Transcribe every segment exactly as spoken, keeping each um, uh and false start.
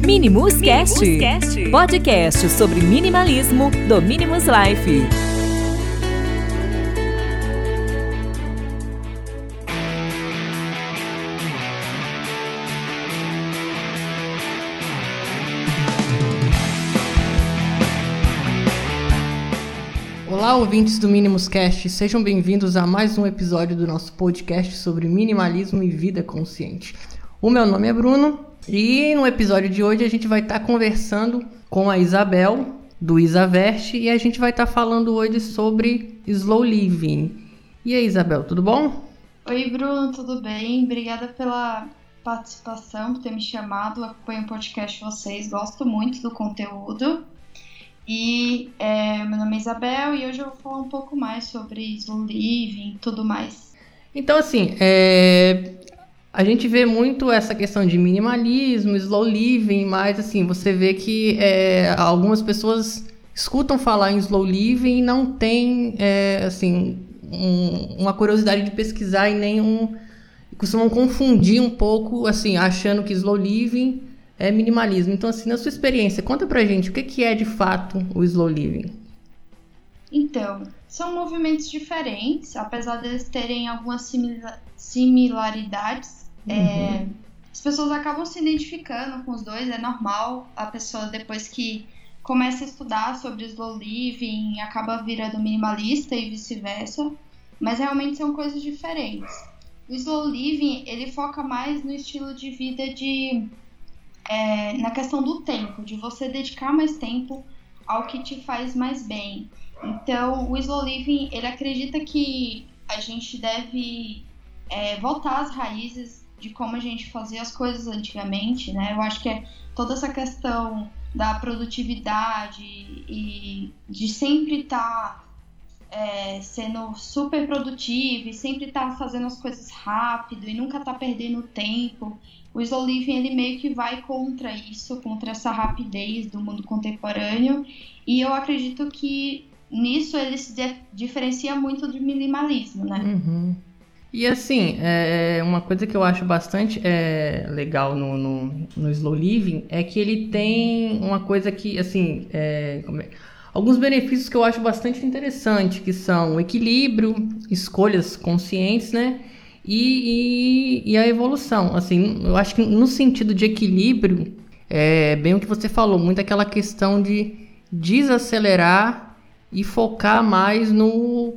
Minimus Cast, podcast sobre minimalismo do Minimus Life. Olá, ouvintes do Minimus Cast, sejam bem-vindos a mais um episódio do nosso podcast sobre minimalismo e vida consciente. O meu nome é Bruno e no episódio de hoje a gente vai estar conversando com a Isabel, do Isavert, e a gente vai estar falando hoje sobre slow living. E aí, Isabel, tudo bom? Oi, Bruno, tudo bem? Obrigada pela participação, por ter me chamado. Acompanho o podcast de vocês, gosto muito do conteúdo. E é, meu nome é Isabel e hoje eu vou falar um pouco mais sobre slow living e tudo mais. Então, assim, é... a gente vê muito essa questão de minimalismo, slow living, mas assim, você vê que é, algumas pessoas escutam falar em slow living e não tem, é, assim, um, uma curiosidade de pesquisar e nem um... costumam confundir um pouco, assim, achando que slow living é minimalismo. Então, assim, na sua experiência, conta pra gente o que é de fato o slow living. Então, são movimentos diferentes, apesar de eles terem algumas simila- similaridades. Uhum. É, as pessoas acabam se identificando com os dois, é normal. A pessoa, depois que começa a estudar sobre slow living, acaba virando minimalista e vice-versa, mas realmente são coisas diferentes. O slow living, ele foca mais no estilo de vida de... É, na questão do tempo, de você dedicar mais tempo ao que te faz mais bem. Então, o slow living, ele acredita que a gente deve é, voltar às raízes de como a gente fazia as coisas antigamente, né? Eu acho que é toda essa questão da produtividade e de sempre estar é, sendo super produtivo e sempre estar fazendo as coisas rápido e nunca estar perdendo tempo. O slow living, ele meio que vai contra isso, contra essa rapidez do mundo contemporâneo, e eu acredito que nisso ele se de- diferencia muito do minimalismo, né? Uhum. E assim, é, uma coisa que eu acho bastante é, legal no, no, no slow living é que ele tem uma coisa que, assim, é, como é, alguns benefícios que eu acho bastante interessante, que são o equilíbrio, escolhas conscientes, né? E, e, e a evolução, assim, eu acho que no sentido de equilíbrio, é bem o que você falou, muito aquela questão de desacelerar e focar mais no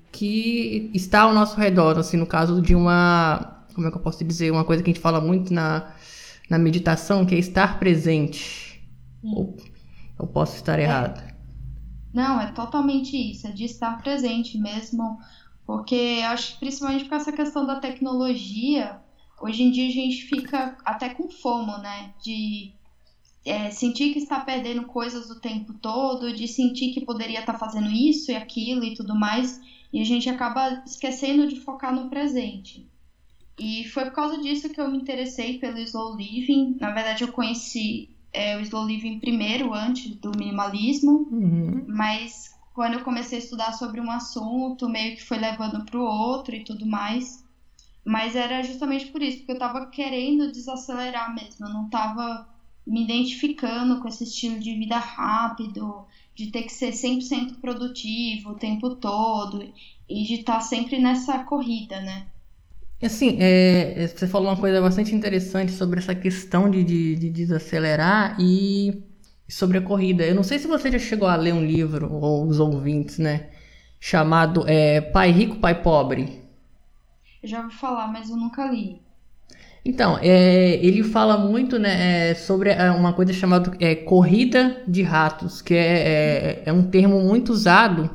que está ao nosso redor, assim, no caso de uma, como é que eu posso dizer, uma coisa que a gente fala muito na, na meditação, que é estar presente. Ou eu posso estar errado? É. Não, é totalmente isso, é de estar presente mesmo. Porque eu acho que principalmente com essa questão da tecnologia, hoje em dia a gente fica até com fomo, né? De é, sentir que está perdendo coisas o tempo todo, de sentir que poderia estar fazendo isso e aquilo e tudo mais, e a gente acaba esquecendo de focar no presente. E foi por causa disso que eu me interessei pelo slow living. Na verdade, eu conheci é, o slow living primeiro, antes do minimalismo, Uhum. mas... quando eu comecei a estudar sobre um assunto, meio que foi levando para o outro e tudo mais. Mas era justamente por isso, porque eu estava querendo desacelerar mesmo. Eu não estava me identificando com esse estilo de vida rápido, de ter que ser cem por cento produtivo o tempo todo e de estar sempre nessa corrida, né? Assim, é, você falou uma coisa bastante interessante sobre essa questão de, de, de desacelerar e... sobre a corrida. Eu não sei se você já chegou a ler um livro, ou os ouvintes, né? Chamado é, Pai Rico, Pai Pobre. Eu já ouvi falar, mas eu nunca li. Então, é, ele fala muito, né, é, sobre uma coisa chamada é, corrida de ratos, que é, é, é um termo muito usado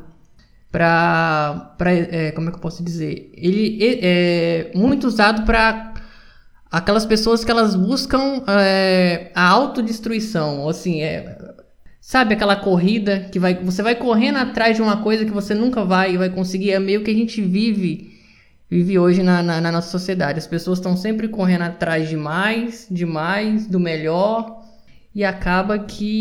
para... É, como é que eu posso dizer? Ele é, é muito usado para... aquelas pessoas que elas buscam é, a autodestruição, assim, é, sabe aquela corrida que vai, você vai correndo atrás de uma coisa que você nunca vai, vai conseguir, é meio que a gente vive, vive hoje na, na, na nossa sociedade. As pessoas estão sempre correndo atrás de mais, de mais, do melhor, e acaba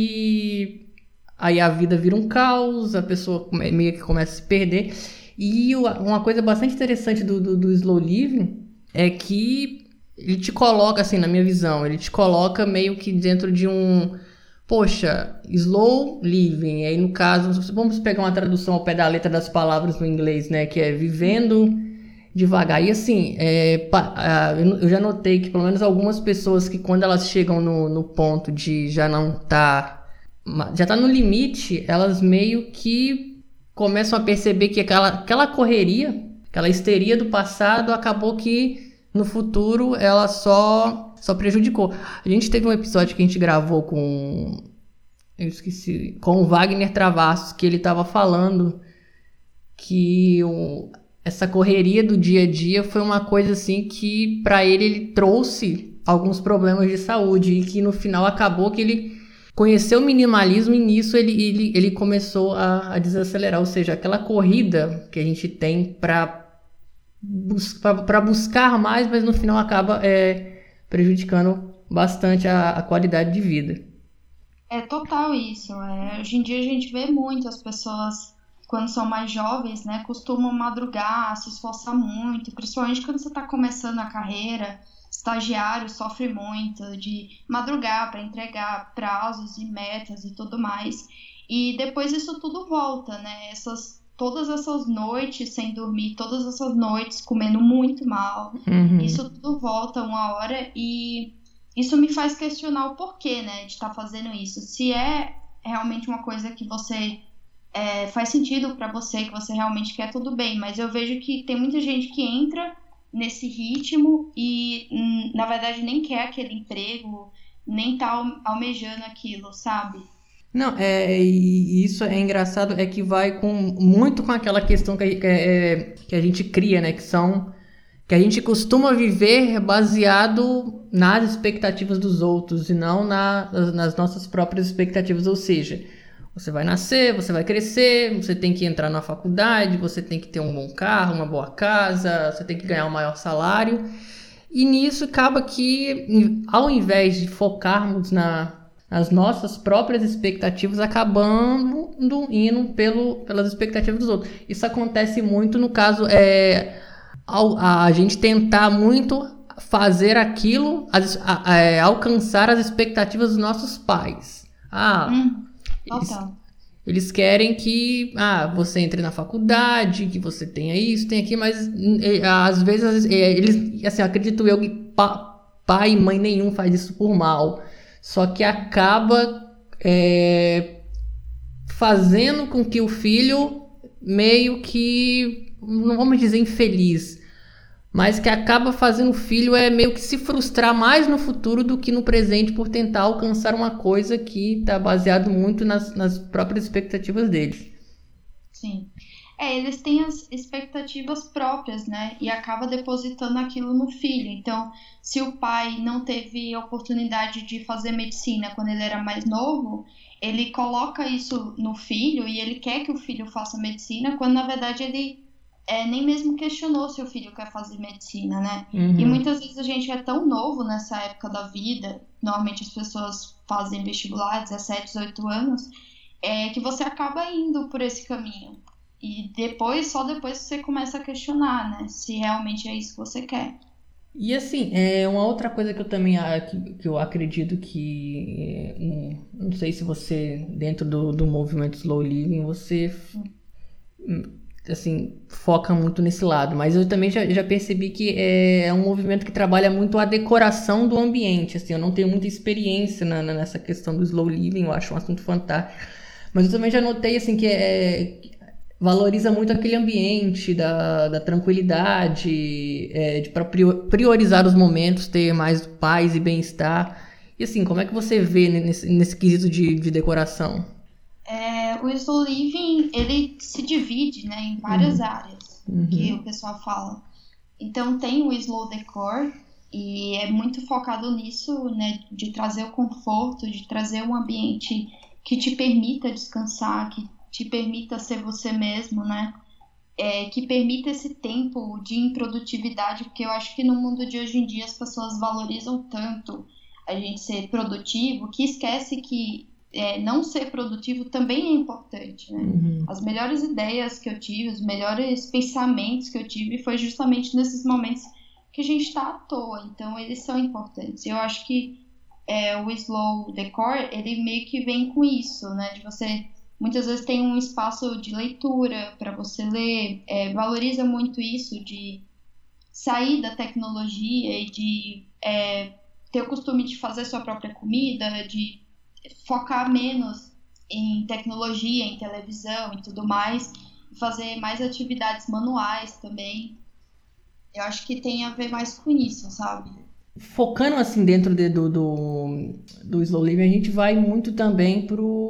que aí a vida vira um caos, a pessoa meio que começa a se perder. E uma coisa bastante interessante do, do, do slow living é que ele te coloca, assim, na minha visão, ele te coloca meio que dentro de um, poxa, slow living. Aí, no caso, vamos pegar uma tradução ao pé da letra das palavras no inglês, né? Que é vivendo devagar. E, assim, é, eu já notei que, pelo menos algumas pessoas que, quando elas chegam no, no ponto de já não tá, já tá no limite, elas meio que começam a perceber que aquela, aquela correria, aquela histeria do passado, acabou que no futuro ela só, só prejudicou. A gente teve um episódio que a gente gravou com... Eu esqueci... Com o Wagner Travassos, que ele estava falando que o, essa correria do dia a dia foi uma coisa assim que para ele, ele trouxe alguns problemas de saúde e que no final acabou que ele conheceu o minimalismo e nisso ele, ele, ele começou a, a desacelerar. Ou seja, aquela corrida que a gente tem para para buscar mais, mas no final acaba é, prejudicando bastante a, a qualidade de vida. É total isso. É, hoje em dia a gente vê muito as pessoas, quando são mais jovens, né, costumam madrugar, se esforçar muito, principalmente quando você está começando a carreira. Estagiário sofre muito de madrugar para entregar prazos e metas e tudo mais. E depois isso tudo volta, né? Essas Todas essas noites sem dormir, todas essas noites comendo muito mal, uhum. Isso tudo volta uma hora e isso me faz questionar o porquê, né, de estar tá fazendo isso. Se é realmente uma coisa que você é, faz sentido para você, que você realmente quer, tudo bem, mas eu vejo que tem muita gente que entra nesse ritmo e, hum, na verdade, nem quer aquele emprego, nem tá almejando aquilo, sabe? Não, é, e isso é engraçado, é que vai com, muito com aquela questão que, que, é, que a gente cria, né, que são, que a gente costuma viver baseado nas expectativas dos outros e não na, nas nossas próprias expectativas, ou seja, você vai nascer, você vai crescer, você tem que entrar na faculdade, você tem que ter um bom carro, uma boa casa, você tem que ganhar um maior salário, e nisso acaba que, ao invés de focarmos na as nossas próprias expectativas, acabando indo pelo, pelas expectativas dos outros. Isso acontece muito no caso, é, ao, a gente tentar muito fazer aquilo, as, a, a, alcançar as expectativas dos nossos pais. Ah, hum, eles, eles querem que ah, você entre na faculdade, que você tenha isso, tenha aquilo, mas é, às vezes eles, assim, acredito eu que pa, pai e mãe nenhum faz isso por mal. Só que acaba é, fazendo com que o filho meio que, não vamos dizer infeliz, mas que acaba fazendo o filho é meio que se frustrar mais no futuro do que no presente por tentar alcançar uma coisa que está baseado muito nas, nas próprias expectativas deles. Sim. É, eles têm as expectativas próprias, né? E acaba depositando aquilo no filho. Então, se o pai não teve oportunidade de fazer medicina quando ele era mais novo, ele coloca isso no filho e ele quer que o filho faça medicina, quando na verdade ele é, nem mesmo questionou se o filho quer fazer medicina, né? Uhum. E muitas vezes a gente é tão novo nessa época da vida, normalmente as pessoas fazem vestibular, dezessete, dezoito anos, é, que você acaba indo por esse caminho. E depois, só depois você começa a questionar, né? Se realmente é isso que você quer. E assim, é uma outra coisa que eu também que, que eu acredito que... É, não sei se você, dentro do, do movimento Slow Living, você assim, foca muito nesse lado. Mas eu também já, já percebi que é um movimento que trabalha muito a decoração do ambiente. Assim, eu não tenho muita experiência na, nessa questão do Slow Living, eu acho um assunto fantástico. Mas eu também já notei assim, que é... valoriza muito aquele ambiente da, da tranquilidade, é, de para priorizar os momentos, ter mais paz e bem-estar. E assim, como é que você vê nesse, nesse quesito de, de decoração? É, o Slow Living, ele se divide, né, em várias uhum. áreas, uhum. que o pessoal fala. Então tem o Slow Decor, e é muito focado nisso, né, de trazer o conforto, de trazer um ambiente que te permita descansar, que te permita ser você mesmo, né? É, que permita esse tempo de improdutividade, porque eu acho que no mundo de hoje em dia as pessoas valorizam tanto a gente ser produtivo, que esquece que é, não ser produtivo também é importante, né? Uhum. As melhores ideias que eu tive, os melhores pensamentos que eu tive foi justamente nesses momentos que a gente está à toa, então eles são importantes. Eu acho que é, o Slow Decor, ele meio que vem com isso, né, de você muitas vezes tem um espaço de leitura para você ler, é, valoriza muito isso de sair da tecnologia e de é, ter o costume de fazer sua própria comida, de focar menos em tecnologia, em televisão e tudo mais, fazer mais atividades manuais também. Eu acho que tem a ver mais com isso, sabe? Focando assim dentro de, do, do, do Slow Living, a gente vai muito também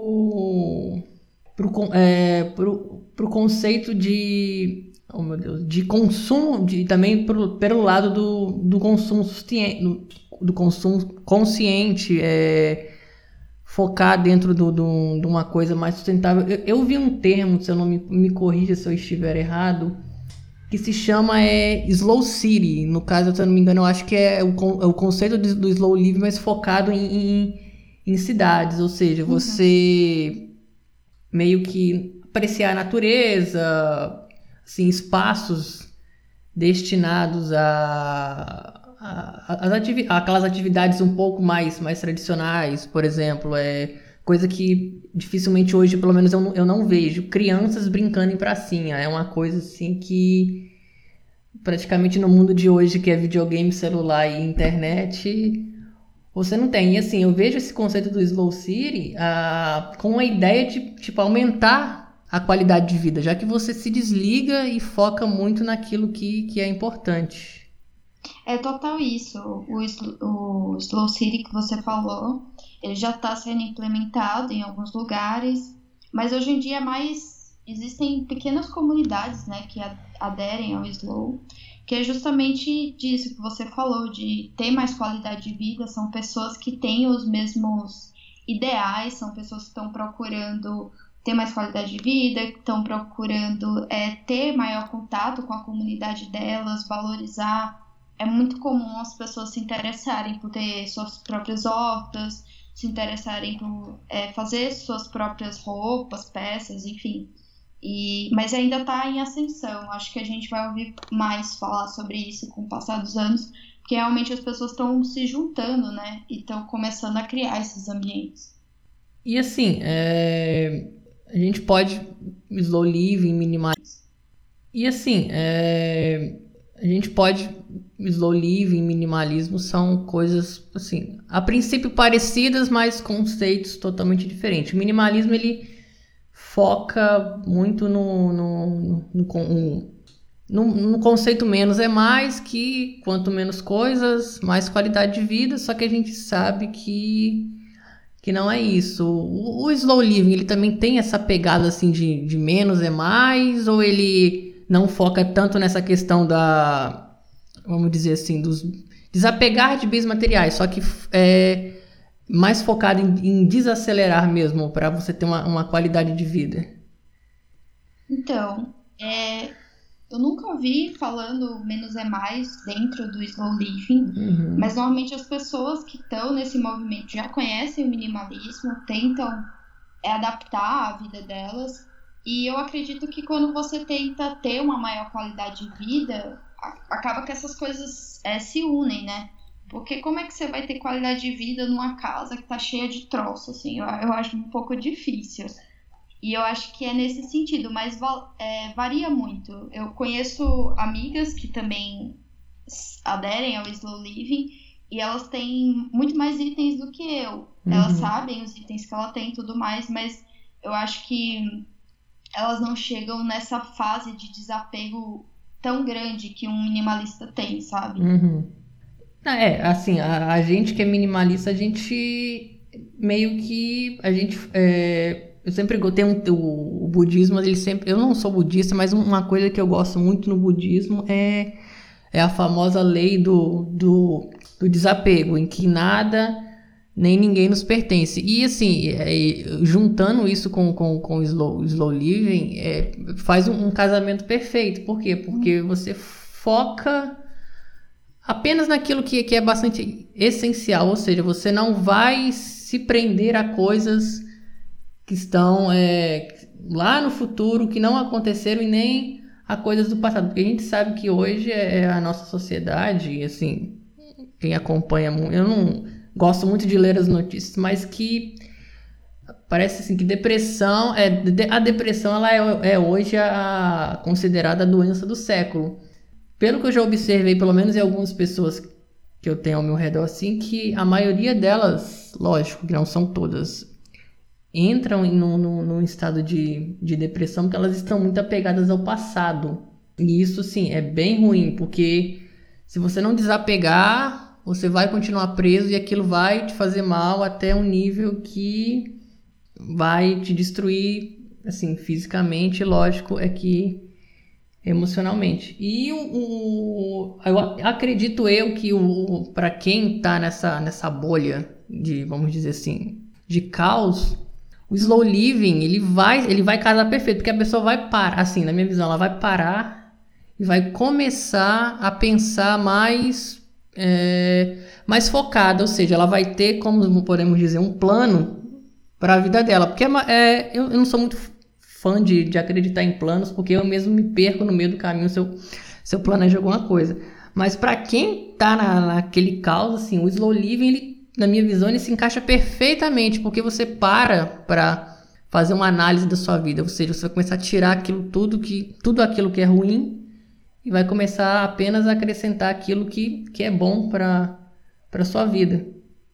pro, pro, é, pro, pro conceito de, oh meu Deus, de consumo, de, também pro, pelo lado do, do consumo do, do consumo consciente, é, focar dentro do, do, de uma coisa mais sustentável. Eu, eu vi um termo, se eu não me, me corrija se eu estiver errado, que se chama é, Slow City. No caso, se eu não me engano, eu acho que é o, é o conceito do, do Slow Living, mas focado em, em, em cidades. Ou seja, você uhum. meio que apreciar a natureza, assim, espaços destinados a, a, a ativi- aquelas atividades um pouco mais, mais tradicionais, por exemplo, é coisa que dificilmente hoje, pelo menos eu não, eu não vejo, crianças brincando em pracinha. É uma coisa assim que praticamente no mundo de hoje, que é videogame, celular e internet, você não tem. E assim, eu vejo esse conceito do Slow City ah, com a ideia de tipo, aumentar a qualidade de vida, já que você se desliga e foca muito naquilo que, que é importante. É total isso. O, o Slow City que você falou, ele já está sendo implementado em alguns lugares, mas hoje em dia mais existem pequenas comunidades, né, que aderem ao Slow, que é justamente disso que você falou, de ter mais qualidade de vida. São pessoas que têm os mesmos ideais, são pessoas que estão procurando ter mais qualidade de vida, que estão procurando é, ter maior contato com a comunidade delas, valorizar. É muito comum as pessoas se interessarem por ter suas próprias hortas, se interessarem por é, fazer suas próprias roupas, peças, enfim. E, mas ainda está em ascensão. Acho que a gente vai ouvir mais falar sobre isso com o passar dos anos, porque realmente as pessoas estão se juntando, né? E estão começando a criar esses ambientes. E assim, é... a gente pode slow living, minimalismo. E assim, é... a gente pode slow living, minimalismo são coisas assim, a princípio parecidas, mas conceitos totalmente diferentes. O minimalismo ele foca muito no, no, no, no, no conceito menos é mais, que quanto menos coisas, mais qualidade de vida, só que a gente sabe que, que não é isso. O, o slow living ele também tem essa pegada assim de, de menos é mais, ou ele não foca tanto nessa questão da, vamos dizer assim, dos desapegar de bens materiais, só que é mais focado em, em desacelerar mesmo, para você ter uma, uma qualidade de vida? Então, é, eu nunca ouvi falando menos é mais dentro do slow living, uhum. mas normalmente as pessoas que estão nesse movimento já conhecem o minimalismo, tentam é, adaptar a vida delas, e eu acredito que quando você tenta ter uma maior qualidade de vida, acaba que essas coisas é, se unem, né? Porque como é que você vai ter qualidade de vida numa casa que tá cheia de troço, assim? Eu, eu acho um pouco difícil. E eu acho que é nesse sentido, mas é, varia muito. Eu conheço amigas que também aderem ao slow living e elas têm muito mais itens do que eu. Uhum. Elas sabem os itens que ela tem e tudo mais, mas eu acho que elas não chegam nessa fase de desapego tão grande que um minimalista tem, sabe? Uhum. É, assim, a, a gente que é minimalista, a gente meio que, a gente, é, eu sempre gostei, um, o, o budismo, ele sempre, eu não sou budista, mas uma coisa que eu gosto muito no budismo é, é a famosa lei do, do, do desapego, em que nada nem ninguém nos pertence. E assim, é, juntando isso com, com, com o slow, slow living, é, faz um, um casamento perfeito. Por quê? Porque você foca apenas naquilo que, que é bastante essencial, ou seja, você não vai se prender a coisas que estão é, lá no futuro, que não aconteceram e nem a coisas do passado. Porque a gente sabe que hoje é a nossa sociedade, assim, quem acompanha muito, eu não gosto muito de ler as notícias, mas que parece assim que depressão, é, a depressão ela é, é hoje a considerada a doença do século. Pelo que eu já observei, pelo menos em algumas pessoas que eu tenho ao meu redor, assim, que a maioria delas, lógico que não são todas, entram num, num, num estado de, de depressão porque elas estão muito apegadas ao passado. E isso, sim, é bem ruim, porque se você não desapegar, você vai continuar preso e aquilo vai te fazer mal até um nível que vai te destruir, assim, fisicamente, lógico, é que emocionalmente. E o, o eu acredito eu que o para quem tá nessa, nessa bolha de, vamos dizer assim, de caos, o slow living, ele vai, ele vai casar perfeito, porque a pessoa vai parar, assim, na minha visão, ela vai parar e vai começar a pensar mais é, mais focada, ou seja, ela vai ter, como podemos dizer, um plano para a vida dela, porque é, eu, eu não sou muito fã de, de acreditar em planos, porque eu mesmo me perco no meio do caminho se eu, se eu planejo alguma coisa. Mas para quem tá na, naquele caos, assim, o slow living, ele, na minha visão, ele se encaixa perfeitamente, porque você para para fazer uma análise da sua vida, ou seja, você vai começar a tirar aquilo tudo, que, tudo aquilo que é ruim e vai começar apenas a acrescentar aquilo que, que é bom para para sua vida.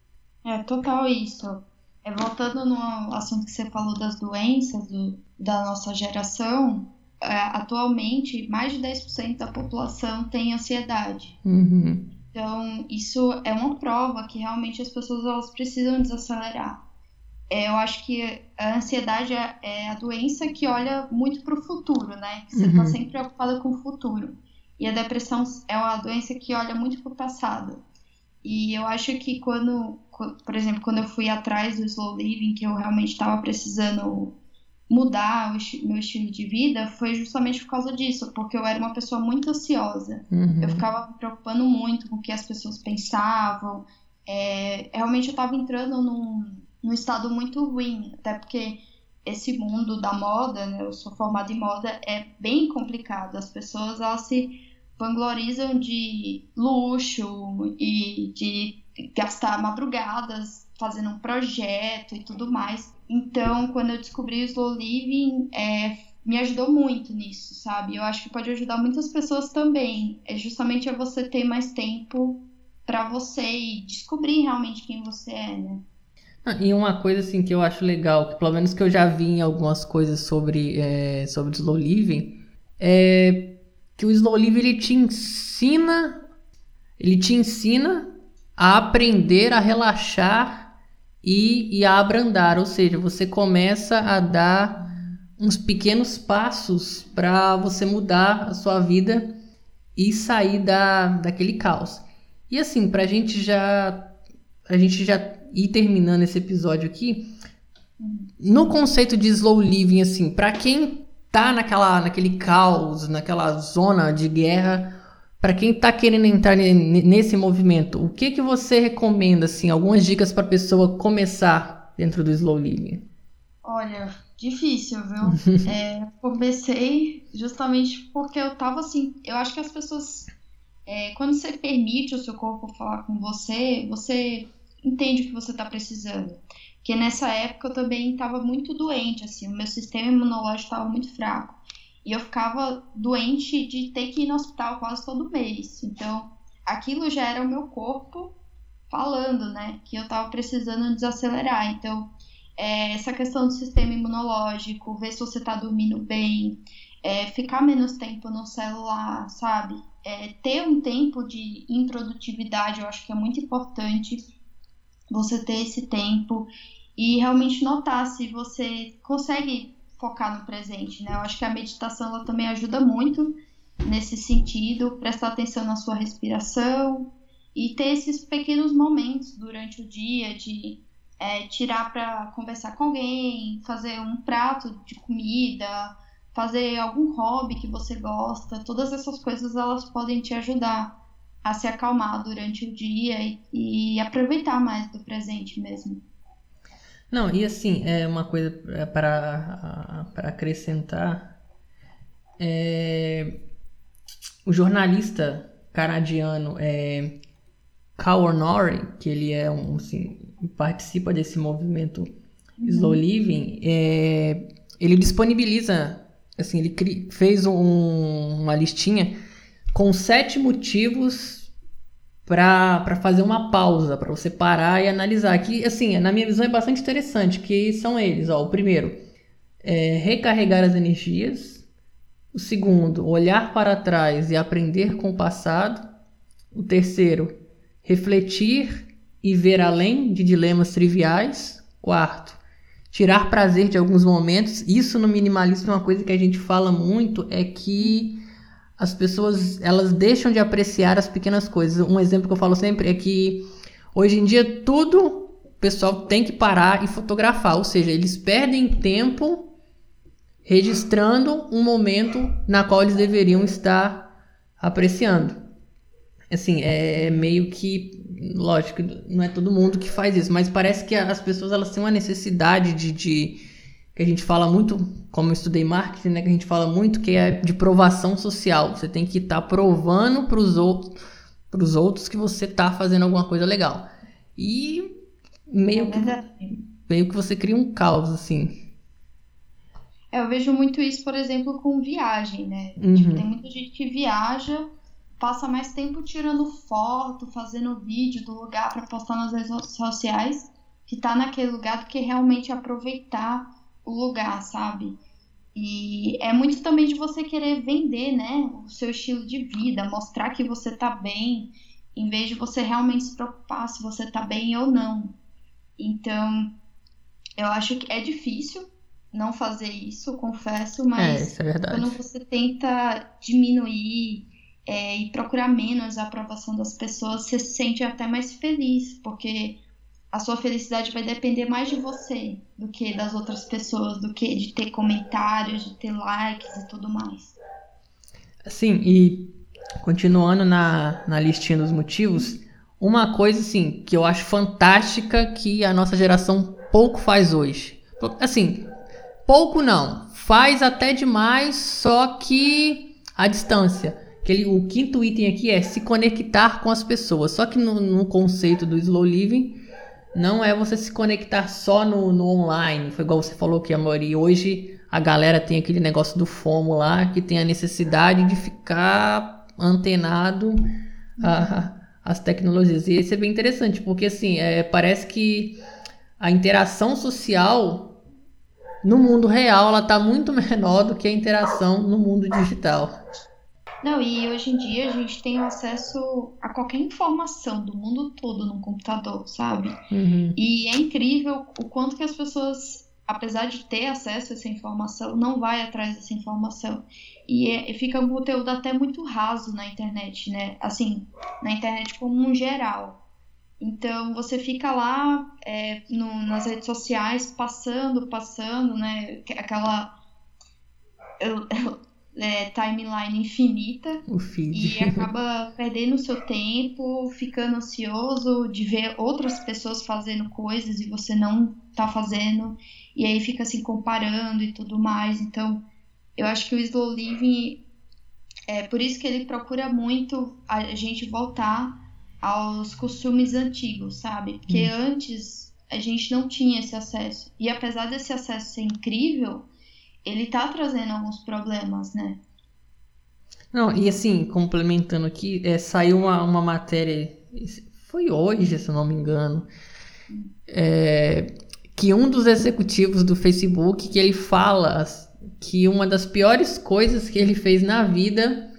É total isso. É, voltando no assunto que você falou das doenças do, da nossa geração, é, atualmente mais de dez por cento da população tem ansiedade. Uhum. Então, isso é uma prova que realmente as pessoas elas precisam desacelerar. É, eu acho que a ansiedade é, é a doença que olha muito para o futuro, né? Que você está Uhum. sempre preocupada com o futuro. E a depressão é uma doença que olha muito para o passado. E eu acho que quando, por exemplo, quando eu fui atrás do slow living, que eu realmente estava precisando mudar o esti- meu estilo de vida, foi justamente por causa disso, porque eu era uma pessoa muito ansiosa. Uhum. Eu ficava me preocupando muito com o que as pessoas pensavam. É, realmente eu estava entrando num, num estado muito ruim, até porque esse mundo da moda, né, eu sou formada em moda, é bem complicado. As pessoas, elas se vanglorizam de luxo e de gastar madrugadas fazendo um projeto e tudo mais. Então, quando eu descobri o slow living, é, me ajudou muito nisso, sabe? Eu acho que pode ajudar muitas pessoas também. É justamente é você ter mais tempo para você e descobrir realmente quem você é, né? Ah, e uma coisa assim que eu acho legal, que pelo menos que eu já vi em algumas coisas sobre, é, sobre o slow living, é que o slow living ele te ensina, ele te ensina a aprender a relaxar e, e a abrandar, ou seja, você começa a dar uns pequenos passos para você mudar a sua vida e sair da, daquele caos. E assim, pra gente já a gente já ir terminando esse episódio aqui, no conceito de slow living, assim, pra quem tá naquela, naquele caos, naquela zona de guerra, pra quem tá querendo entrar nesse movimento, o que que você recomenda, assim, algumas dicas pra pessoa começar dentro do slow living? Olha, difícil, viu? É, comecei justamente porque eu tava assim, eu acho que as pessoas, é, quando você permite o seu corpo falar com você, você entende o que você tá precisando. Porque nessa época eu também estava muito doente, assim, o meu sistema imunológico estava muito fraco. E eu ficava doente de ter que ir no hospital quase todo mês. Então, aquilo já era o meu corpo falando, né, que eu estava precisando desacelerar. Então, é, essa questão do sistema imunológico, ver se você está dormindo bem, é, ficar menos tempo no celular, sabe? É, ter um tempo de improdutividade, eu acho que é muito importante você ter esse tempo e realmente notar se você consegue focar no presente, né? Eu acho que a meditação ela também ajuda muito nesse sentido, prestar atenção na sua respiração e ter esses pequenos momentos durante o dia de é, tirar para conversar com alguém, fazer um prato de comida, fazer algum hobby que você gosta. Todas essas coisas elas podem te ajudar a se acalmar durante o dia e, e aproveitar mais do presente mesmo. Não, e assim, é uma coisa para para acrescentar, é, o jornalista canadiano é, Cal Ornery, que ele é um, assim, participa desse movimento uhum. Slow Living, é, ele disponibiliza, assim, ele cri, fez um, uma listinha com sete motivos para fazer uma pausa, para você parar e analisar. Que, assim, na minha visão é bastante interessante, que são eles. Ó, o primeiro é recarregar as energias. O segundo, olhar para trás e aprender com o passado. O terceiro, refletir e ver além de dilemas triviais. Quarto, tirar prazer de alguns momentos. Isso no minimalismo é uma coisa que a gente fala muito, é que as pessoas, elas deixam de apreciar as pequenas coisas. Um exemplo que eu falo sempre é que hoje em dia tudo o pessoal tem que parar e fotografar, ou seja, eles perdem tempo registrando um momento na qual eles deveriam estar apreciando. Assim, é meio que, lógico, não é todo mundo que faz isso, mas parece que as pessoas, elas têm uma necessidade de, de que a gente fala muito, como eu estudei marketing, né, que a gente fala muito que é de provação social. Você tem que estar tá provando para os outros, pros outros que você está fazendo alguma coisa legal. E meio que, meio que você cria um caos, assim. É, eu vejo muito isso, por exemplo, com viagem, né? Uhum. Tipo, tem muita gente que viaja, passa mais tempo tirando foto, fazendo vídeo do lugar para postar nas redes sociais, que tá naquele lugar, do que realmente aproveitar o lugar, sabe? E é muito também de você querer vender, né, o seu estilo de vida, mostrar que você tá bem, em vez de você realmente se preocupar se você tá bem ou não. Então, eu acho que é difícil não fazer isso, confesso, mas é, isso é verdade. Quando você tenta diminuir é, e procurar menos a aprovação das pessoas, você se sente até mais feliz, porque a sua felicidade vai depender mais de você do que das outras pessoas, do que de ter comentários, de ter likes e tudo mais. Sim, e continuando na, na listinha dos motivos, uma coisa assim que eu acho fantástica que a nossa geração pouco faz hoje. Assim, pouco não, faz até demais, só que à distância. Aquele, o quinto item aqui é se conectar com as pessoas. Só que no, no conceito do Slow Living, não é você se conectar só no, no online. Foi igual você falou que, amor, e hoje a galera tem aquele negócio do FOMO lá, que tem a necessidade de ficar antenado a, as tecnologias. E isso é bem interessante, porque assim, é, parece que a interação social no mundo real, ela está muito menor do que a interação no mundo digital. Não, e hoje em dia a gente tem acesso a qualquer informação do mundo todo no computador, sabe? Uhum. E é incrível o quanto que as pessoas, apesar de ter acesso a essa informação, não vai atrás dessa informação. E é, fica um conteúdo até muito raso na internet, né? Assim, na internet como um geral. Então, você fica lá é, no, nas redes sociais passando, passando, né? Aquela... Eu, eu, É, timeline infinita. O feed. E acaba perdendo o seu tempo, ficando ansioso de ver outras pessoas fazendo coisas e você não tá fazendo, e aí fica se comparando e tudo mais. Então eu acho que o Slow Living, é por isso que ele procura muito a gente voltar aos costumes antigos, sabe? Porque hum. antes a gente não tinha esse acesso, e apesar desse acesso ser incrível, ele tá trazendo alguns problemas, né? Não, e assim, complementando aqui, é, saiu uma, uma matéria, foi hoje, se eu não me engano, é, que um dos executivos do Facebook, que ele fala que uma das piores coisas que ele fez na vida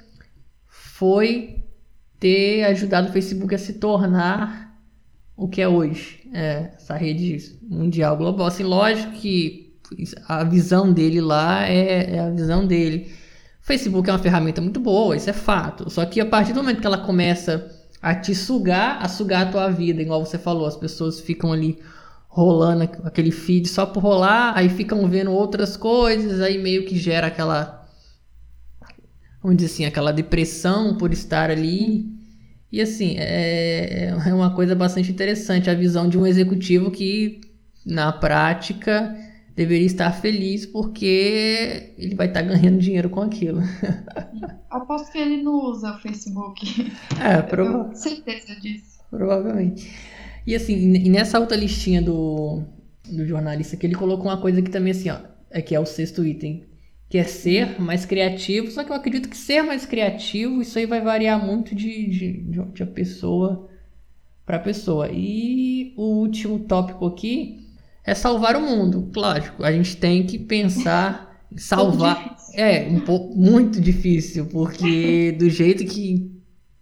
foi ter ajudado o Facebook a se tornar o que é hoje, é, essa rede mundial global. Assim, lógico que a visão dele lá é, é a visão dele. O Facebook é uma ferramenta muito boa, isso é fato. Só que a partir do momento que ela começa a te sugar, a sugar a tua vida, igual você falou, as pessoas ficam ali rolando aquele feed só por rolar, aí ficam vendo outras coisas, aí meio que gera aquela, vamos dizer assim, aquela depressão por estar ali. E assim, é, é uma coisa bastante interessante a visão de um executivo que, na prática, deveria estar feliz porque ele vai estar ganhando dinheiro com aquilo. Aposto que ele não usa o Facebook. É, prova- Eu tenho certeza disso. provavelmente. E assim, e nessa outra listinha do, do jornalista que ele colocou uma coisa que também assim, ó, é que é o sexto item, que é ser mais criativo, só que eu acredito que ser mais criativo, isso aí vai variar muito de, de, de, de uma pessoa para pessoa. E o último tópico aqui é salvar o mundo. Lógico, a gente tem que pensar em salvar. É, um pouco muito difícil, porque do jeito que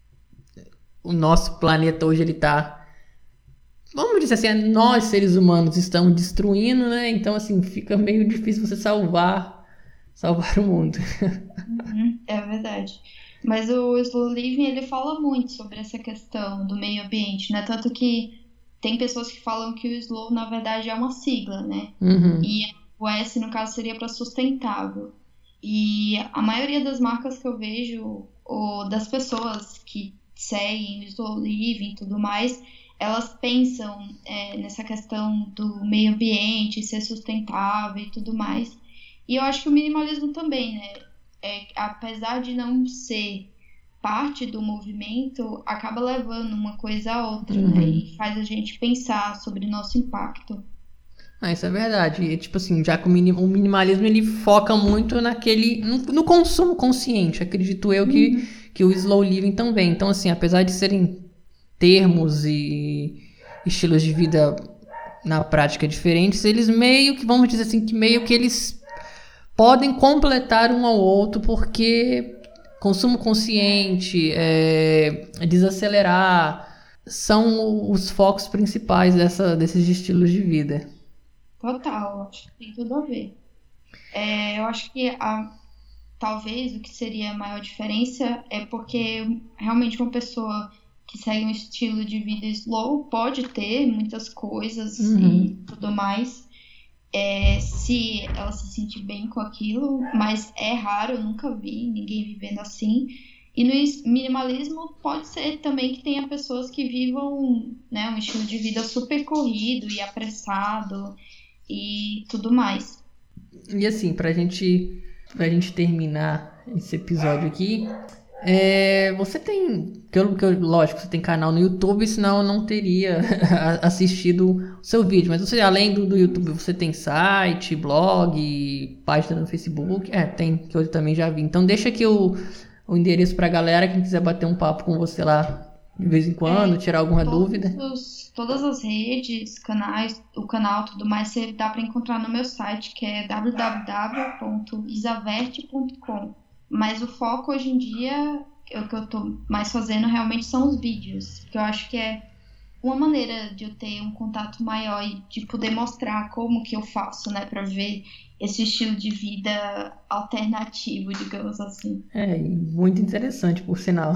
o nosso planeta hoje ele tá, vamos dizer assim, nós seres humanos estamos destruindo, né? Então assim, fica meio difícil você salvar salvar o mundo. Uhum, é verdade. Mas o Slow Living, ele fala muito sobre essa questão do meio ambiente, né? Tanto que tem pessoas que falam que o Slow, na verdade, é uma sigla, né? Uhum. E o S, no caso, seria para sustentável. E a maioria das marcas que eu vejo, ou das pessoas que seguem o Slow Living e tudo mais, elas pensam é, nessa questão do meio ambiente, ser sustentável e tudo mais. E eu acho que o minimalismo também, né? É, apesar de não ser parte do movimento, acaba levando uma coisa a outra, Uhum. né? E faz a gente pensar sobre o nosso impacto. Ah, isso é verdade. E, tipo assim, já que o, minim- o minimalismo ele foca muito naquele, no, no consumo consciente. Acredito eu que, que o slow living também. Então, assim, apesar de serem termos e estilos de vida na prática diferentes, eles meio que, vamos dizer assim, que meio que eles podem completar um ao outro, porque consumo consciente, é, desacelerar, são os focos principais dessa, desses estilos de vida. Total, acho que tem tudo a ver. É, eu acho que a, talvez o que seria a maior diferença é porque realmente uma pessoa que segue um estilo de vida slow pode ter muitas coisas Uhum. e tudo mais, é, se ela se sentir bem com aquilo, mas é raro, eu nunca vi ninguém vivendo assim. E no is- minimalismo pode ser também que tenha pessoas que vivam, né, um estilo de vida super corrido e apressado e tudo mais. E assim, pra gente, pra gente terminar esse episódio aqui, é, você tem, que eu, que eu- lógico, você tem canal no YouTube, senão eu não teria assistido o seu vídeo. Mas você, além do, do YouTube, você tem site, blog, página no Facebook? É, tem, que eu também já vi. Então deixa aqui o, o endereço pra galera, quem quiser bater um papo com você lá de vez em quando, É, tirar alguma Todos dúvida. os- todas as redes, canais, o canal tudo mais, você dá para encontrar no meu site, que é w w w ponto isaverte ponto com. Mas o foco hoje em dia, o que eu tô mais fazendo realmente são os vídeos, que eu acho que é uma maneira de eu ter um contato maior e de poder mostrar como que eu faço, né, para ver esse estilo de vida alternativo, digamos assim. É, e muito interessante, por sinal.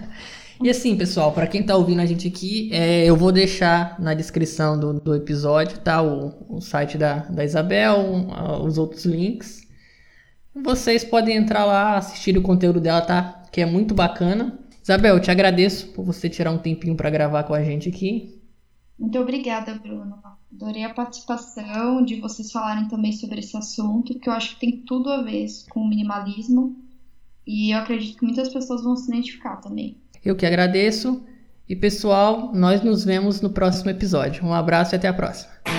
E assim, pessoal, para quem tá ouvindo a gente aqui, é, eu vou deixar na descrição do, do episódio, tá? O, o site da, da Isabel, uh, os outros links. Vocês podem entrar lá, assistir o conteúdo dela, tá? Que é muito bacana. Isabel, eu te agradeço por você tirar um tempinho para gravar com a gente aqui. Muito obrigada, Bruno. Adorei a participação, de vocês falarem também sobre esse assunto, que eu acho que tem tudo a ver com o minimalismo. E eu acredito que muitas pessoas vão se identificar também. Eu que agradeço. E pessoal, nós nos vemos no próximo episódio. Um abraço e até a próxima.